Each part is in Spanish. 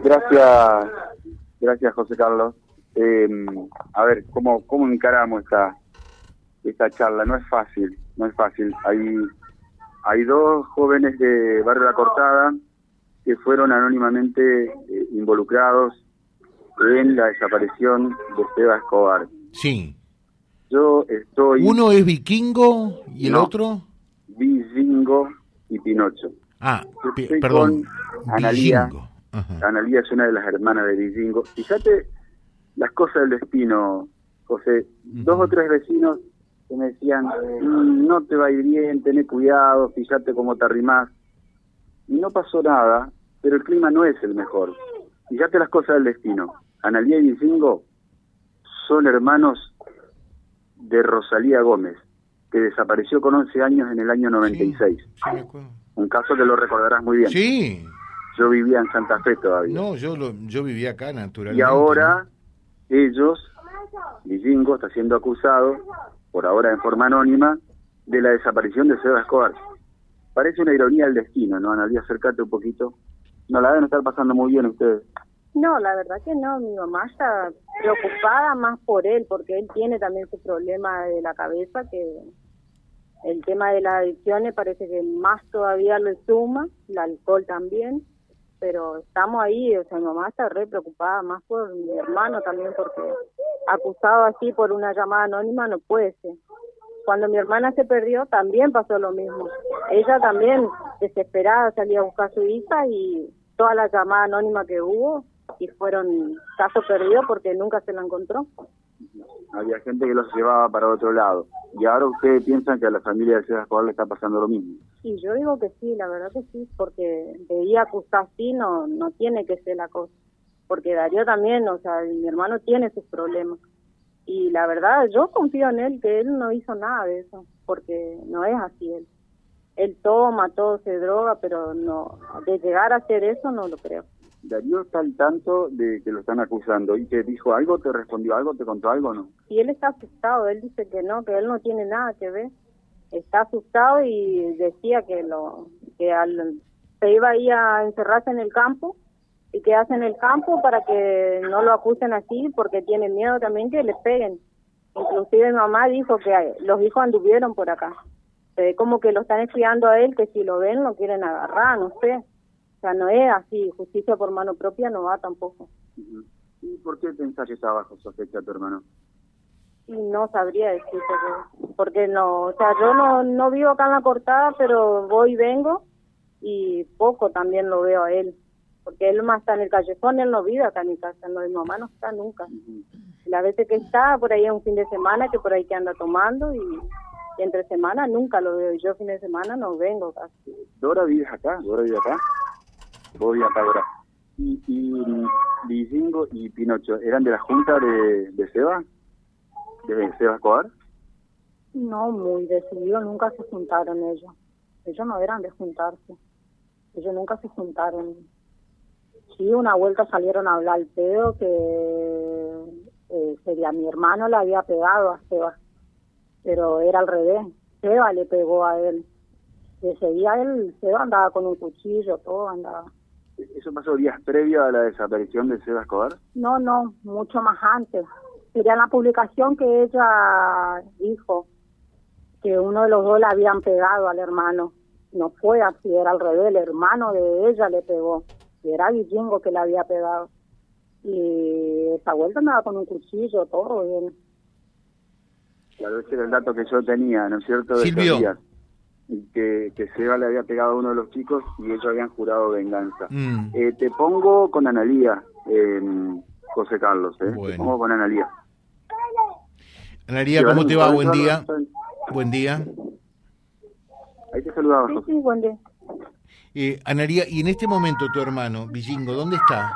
Gracias José Carlos. A ver, ¿cómo encaramos esta charla? No es fácil. Hay dos jóvenes de Barrio La Cortada que fueron anónimamente involucrados en la desaparición de Seba Escobar. Sí. Yo estoy... ¿Uno es Vikingo y el otro? Vikingo y Pinocho. Perdón. Con Analía. Analía es una de las hermanas de Vikingo. Fíjate las cosas del destino, José. 2 o 3 vecinos que me decían, no te va a ir bien, tené cuidado, fíjate cómo te arrimás. Y no pasó nada, pero el clima no es el mejor. Fíjate las cosas del destino. Analía y Vikingo son hermanos de Rosalía Gómez, que desapareció con 11 años en el año 96. Sí, me acuerdo. Un caso que lo recordarás muy bien. Sí. Yo vivía en Santa Fe todavía. No, yo vivía acá naturalmente. Y ahora ellos, Vikingo está siendo acusado, por ahora en forma anónima, de la desaparición de Seba Escobar. Parece una ironía del destino, ¿no, Analía? Acércate un poquito. No la deben estar pasando muy bien ustedes. No, la verdad que no. Mi mamá está preocupada más por él, porque él tiene también su problema de la cabeza, que el tema de las adicciones parece que más todavía lo suma, el alcohol también, pero estamos ahí, o sea, mi mamá está re preocupada más por mi hermano también, porque acusado así por una llamada anónima no puede ser. Cuando mi hermana se perdió también pasó lo mismo. Ella también, desesperada, salía a buscar a su hija y todas las llamadas anónimas que hubo y fueron caso perdido porque nunca se la encontró. Había gente que los llevaba para otro lado. Y ahora ustedes piensan que a la familia de Seba Escobar le está pasando lo mismo. Sí, yo digo que sí, la verdad que sí, porque de ir a acusar así no tiene que ser la cosa. Porque Darío también, o sea, mi hermano tiene sus problemas. Y la verdad, yo confío en él, que él no hizo nada de eso, porque no es así él. Él toma, todo se droga, pero no, de llegar a hacer eso no lo creo. Darío está al tanto de que lo están acusando y que dijo algo, te respondió algo, te contó algo, ¿no? Y él está asustado, él dice que no, que él no tiene nada que ver. Está asustado y decía que se iba a ir a encerrarse en el campo y quedarse en el campo para que no lo acusen así, porque tiene miedo también que le peguen. Inclusive mi mamá dijo que los hijos anduvieron por acá. Se ve como que lo están espiando a él, que si lo ven lo quieren agarrar, no sé. O sea, no es así, justicia por mano propia no va tampoco. ¿Y por qué pensás que está bajo sospecha tu hermano? Y no sabría decirte, porque no, o sea, yo no vivo acá en La Cortada, pero voy y vengo, y poco también lo veo a él, porque él más está en el callejón, él no vive acá en mi casa, no, mi mamá no está nunca. Las veces que está, por ahí es un fin de semana, que por ahí que anda tomando, y entre semana nunca lo veo, y yo fin de semana no vengo casi. ¿Dora vives acá? ¿Dora vive acá? Vos vives acá, Dora. ¿Y Vikingo y Pinocho eran de la junta de Seba? ¿De Seba Escobar? No, muy decidido, nunca se juntaron ellos. Ellos no eran de juntarse. Ellos nunca se juntaron. Sí, una vuelta salieron a hablar al pedo que sería mi hermano le había pegado a Seba, pero era al revés. Seba le pegó a él. Ese día Seba andaba con un cuchillo, todo andaba. ¿Eso pasó días previos a la desaparición de Seba Escobar? No, mucho más antes. Sería la publicación que ella dijo que uno de los dos le habían pegado al hermano. No fue así, era al revés, el hermano de ella le pegó. Y era Vikingo que le había pegado. Y esa vuelta andaba con un cuchillo, todo bien. Claro, ese era el dato que yo tenía, ¿no es cierto? De Silvio. esos días. Y que Seba le había pegado a uno de los chicos y ellos habían jurado venganza. Te pongo con Analía, José Carlos, Bueno. Te pongo con Analía. Analía, ¿cómo te va? Buen día. Buen día. Ahí te saludaba, José. Sí, buen día. Analía, y en este momento tu hermano, Vikingo, ¿dónde está?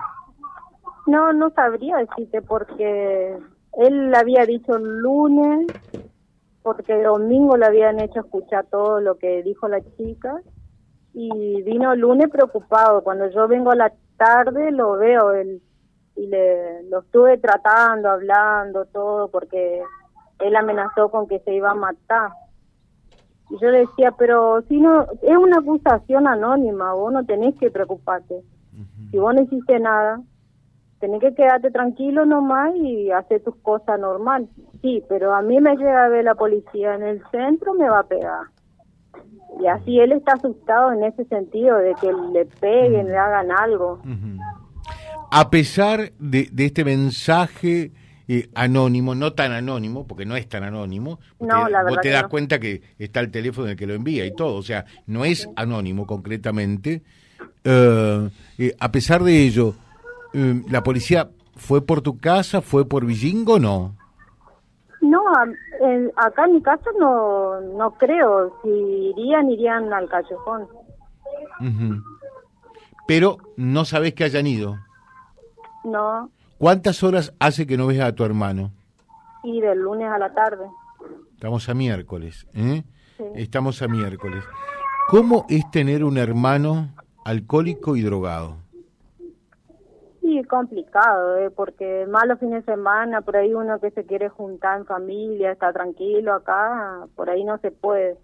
No sabría decirte porque él le había dicho el lunes, porque el domingo le habían hecho escuchar todo lo que dijo la chica y vino el lunes preocupado. Cuando yo vengo a la tarde lo veo él y lo estuve tratando, hablando, todo, porque él amenazó con que se iba a matar. Y yo le decía, pero si no, es una acusación anónima, vos no tenés que preocuparte. Si vos no hiciste nada, tenés que quedarte tranquilo nomás y hacer tus cosas normal. Sí, pero a mí me llega a ver la policía en el centro, me va a pegar. Y así él está asustado en ese sentido, de que le peguen, le hagan algo. A pesar de este mensaje anónimo, no tan anónimo, porque no es tan anónimo, No, la vos verdad te que das no. cuenta que está el teléfono del que lo envía y todo, o sea, no es anónimo concretamente. A pesar de ello, ¿la policía fue por tu casa, fue por Villingo o no? No, acá en mi casa no creo. Si irían al callejón. Ujú. Pero no sabés que hayan ido. No, ¿Cuántas horas hace que no ves a tu hermano? y del lunes a la tarde. Estamos a miércoles, ¿eh? Sí. Estamos a miércoles. ¿Cómo es tener un hermano alcohólico y drogado? Sí, complicado, porque más los fines de semana, por ahí uno que se quiere juntar en familia, está tranquilo acá, por ahí no se puede.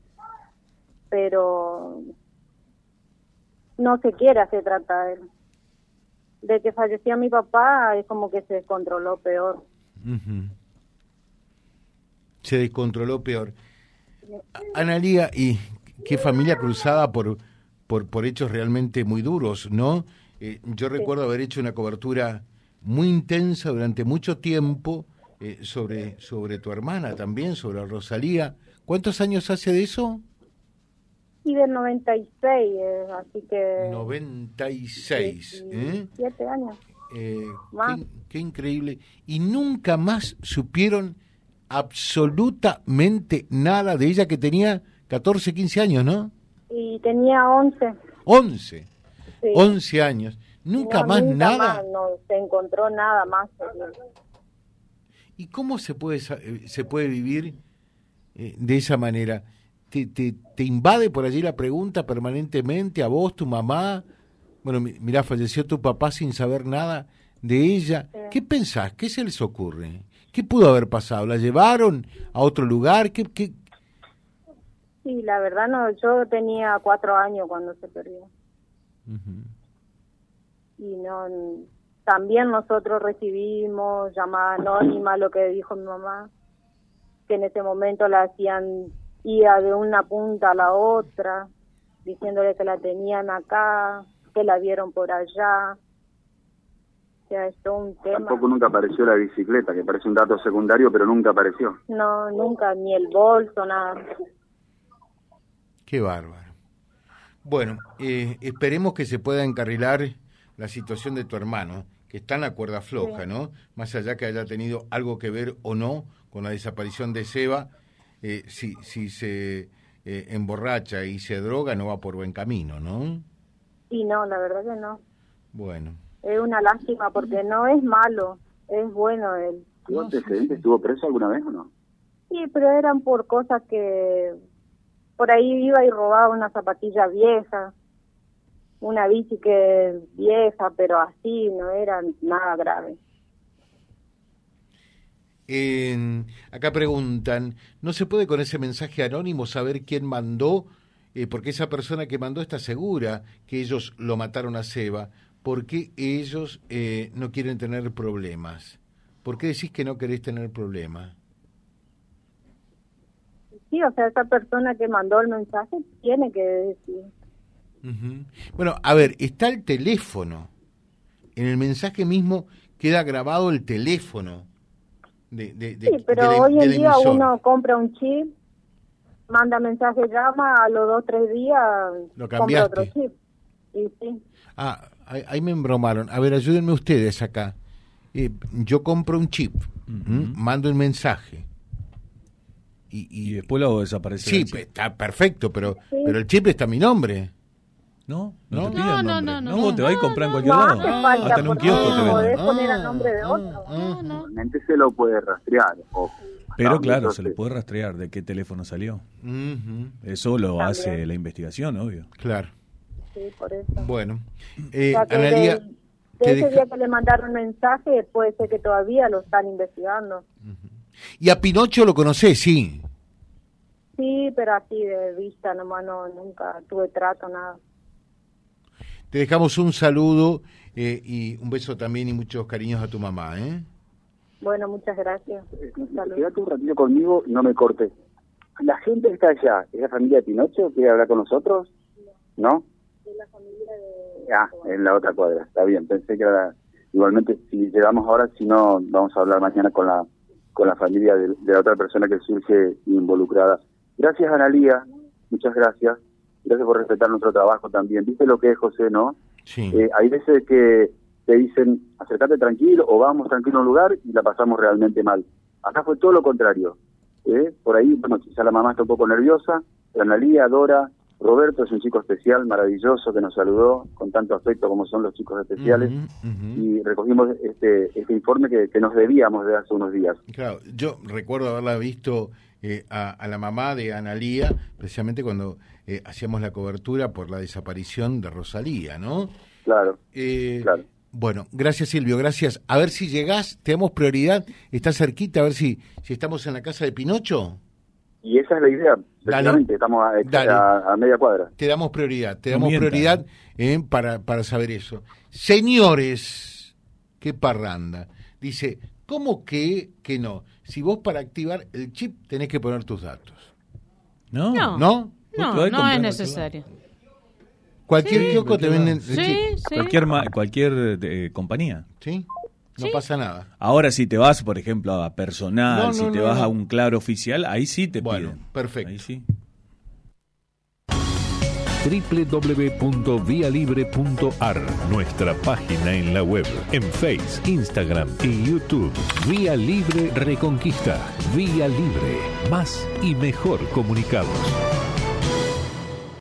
Pero no se quiere hacer tratar. De que falleció mi papá, es como que se descontroló peor. Ujú. Se descontroló peor. Analía, y qué familia cruzada por hechos realmente muy duros, ¿no? Yo recuerdo haber hecho una cobertura muy intensa durante mucho tiempo sobre tu hermana también, sobre Rosalía. ¿Cuántos años hace de eso? Y del 96, así que... 96, ¿eh? 7 años. Más. Qué increíble. Y nunca más supieron absolutamente nada de ella, que tenía 14, 15 años, ¿no? Y tenía 11. 11. Sí. 11 años. Nunca más nada. Más, no se encontró nada más. ¿Y cómo se puede vivir de esa manera? ¿Te invade por allí la pregunta permanentemente a vos, tu mamá? Bueno, mirá, falleció tu papá sin saber nada de ella. Sí. ¿Qué pensás? ¿Qué se les ocurre? ¿Qué pudo haber pasado? ¿La llevaron a otro lugar? ¿Qué? Sí, la verdad no, yo tenía 4 años cuando se perdió. Uh-huh. Y no, también nosotros recibimos llamada anónima, lo que dijo mi mamá, que en ese momento la hacían ir de una punta a la otra, diciéndole que la tenían acá, que la vieron por allá. O sea, es todo un tema. Tampoco nunca apareció la bicicleta, que parece un dato secundario, pero nunca apareció. No, nunca, ni el bolso, nada. Qué bárbaro. Bueno, esperemos que se pueda encarrilar la situación de tu hermano, que está en la cuerda floja, sí, ¿no? Más allá que haya tenido algo que ver o no con la desaparición de Seba, si se emborracha y se droga, no va por buen camino, ¿no? Y no, la verdad que no. Bueno. Es una lástima porque no es malo, es bueno él. ¿Tuvo antecedentes? ¿Estuvo preso alguna vez o no? Sí, pero eran por cosas que... Por ahí iba y robaba una zapatilla vieja, una bici que vieja, pero así, no era nada grave. Acá preguntan, ¿no se puede con ese mensaje anónimo saber quién mandó? Porque esa persona que mandó está segura que ellos lo mataron a Seba. ¿Por qué ellos no quieren tener problemas? ¿Por qué decís que no querés tener problemas? Sí, o sea, esa persona que mandó el mensaje tiene que decir. Uh-huh. Bueno, a ver, está el teléfono. En el mensaje mismo queda grabado el teléfono. Sí, pero hoy en día uno compra un chip, manda mensaje, llama, a los 2 o 3 días compra otro chip. Y sí. Ah, ahí me embromaron. A ver, ayúdenme ustedes acá. Yo compro un chip, mando un mensaje. Y después lo desaparece. Sí, está perfecto, pero el chip está a mi nombre. No te No, piden no, nombre. no, Vos te vas a comprar en cualquier no lado. hace falta, Hasta en un kiosco te venden. podés poner a nombre de otro. No. Realmente se lo puede rastrear. Ojo. Pero claro, entonces, se le puede rastrear de qué teléfono salió. Uh-huh. Eso lo También hace la investigación, obvio. Claro. Sí, por eso. Bueno, O sea, que Analía, de ese día que le mandaron mensaje, puede ser que todavía lo están investigando. Uh-huh. Y a Pinocho lo conocés, sí. Sí, pero así de vista nomás, no, nunca tuve trato, nada. te dejamos un saludo y un beso también y muchos cariños a tu mamá, Bueno, muchas gracias. Quédate un ratito conmigo y no me cortes. ¿La gente que está allá es la familia de Pinocho? ¿Quiere hablar con nosotros? ¿No? Es la familia de... En la otra cuadra. Está bien, pensé que era... Igualmente, si llegamos ahora, si no, vamos a hablar mañana con la familia de la otra persona que surge involucrada. Gracias, Analía. Muchas gracias. Gracias por respetar nuestro trabajo también. ¿Viste lo que es, José, no? Sí. Hay veces que te dicen, acercate tranquilo o vamos tranquilo a un lugar y la pasamos realmente mal. Acá fue todo lo contrario. Por ahí, bueno, quizá la mamá está un poco nerviosa, pero Analía, Dora, Roberto es un chico especial, maravilloso, que nos saludó con tanto afecto como son los chicos especiales, y recogimos este informe que nos debíamos de hace unos días. Claro, yo recuerdo haberla visto a la mamá de Analía, precisamente cuando hacíamos la cobertura por la desaparición de Rosalía, ¿no? Claro, claro. Bueno, gracias Silvio, gracias. A ver si llegás, te damos prioridad, está cerquita, a ver si estamos en la casa de Pinocho. Y esa es la idea, precisamente, estamos a media cuadra. Te damos prioridad para saber eso. Señores, qué parranda. Dice, ¿cómo que no? Si vos para activar el chip tenés que poner tus datos. No es necesario. Cualquier kiosco te venden el chip. Sí. Cualquier compañía. ¿Sí? No pasa nada. Ahora, si te vas, por ejemplo, a Personal, si te vas a un Claro oficial, ahí sí te piden. Bueno, perfecto. Ahí sí. www.vialibre.ar, nuestra página en la web, en Face, Instagram y YouTube. Vía Libre Reconquista. Vía Libre. Más y mejor comunicados.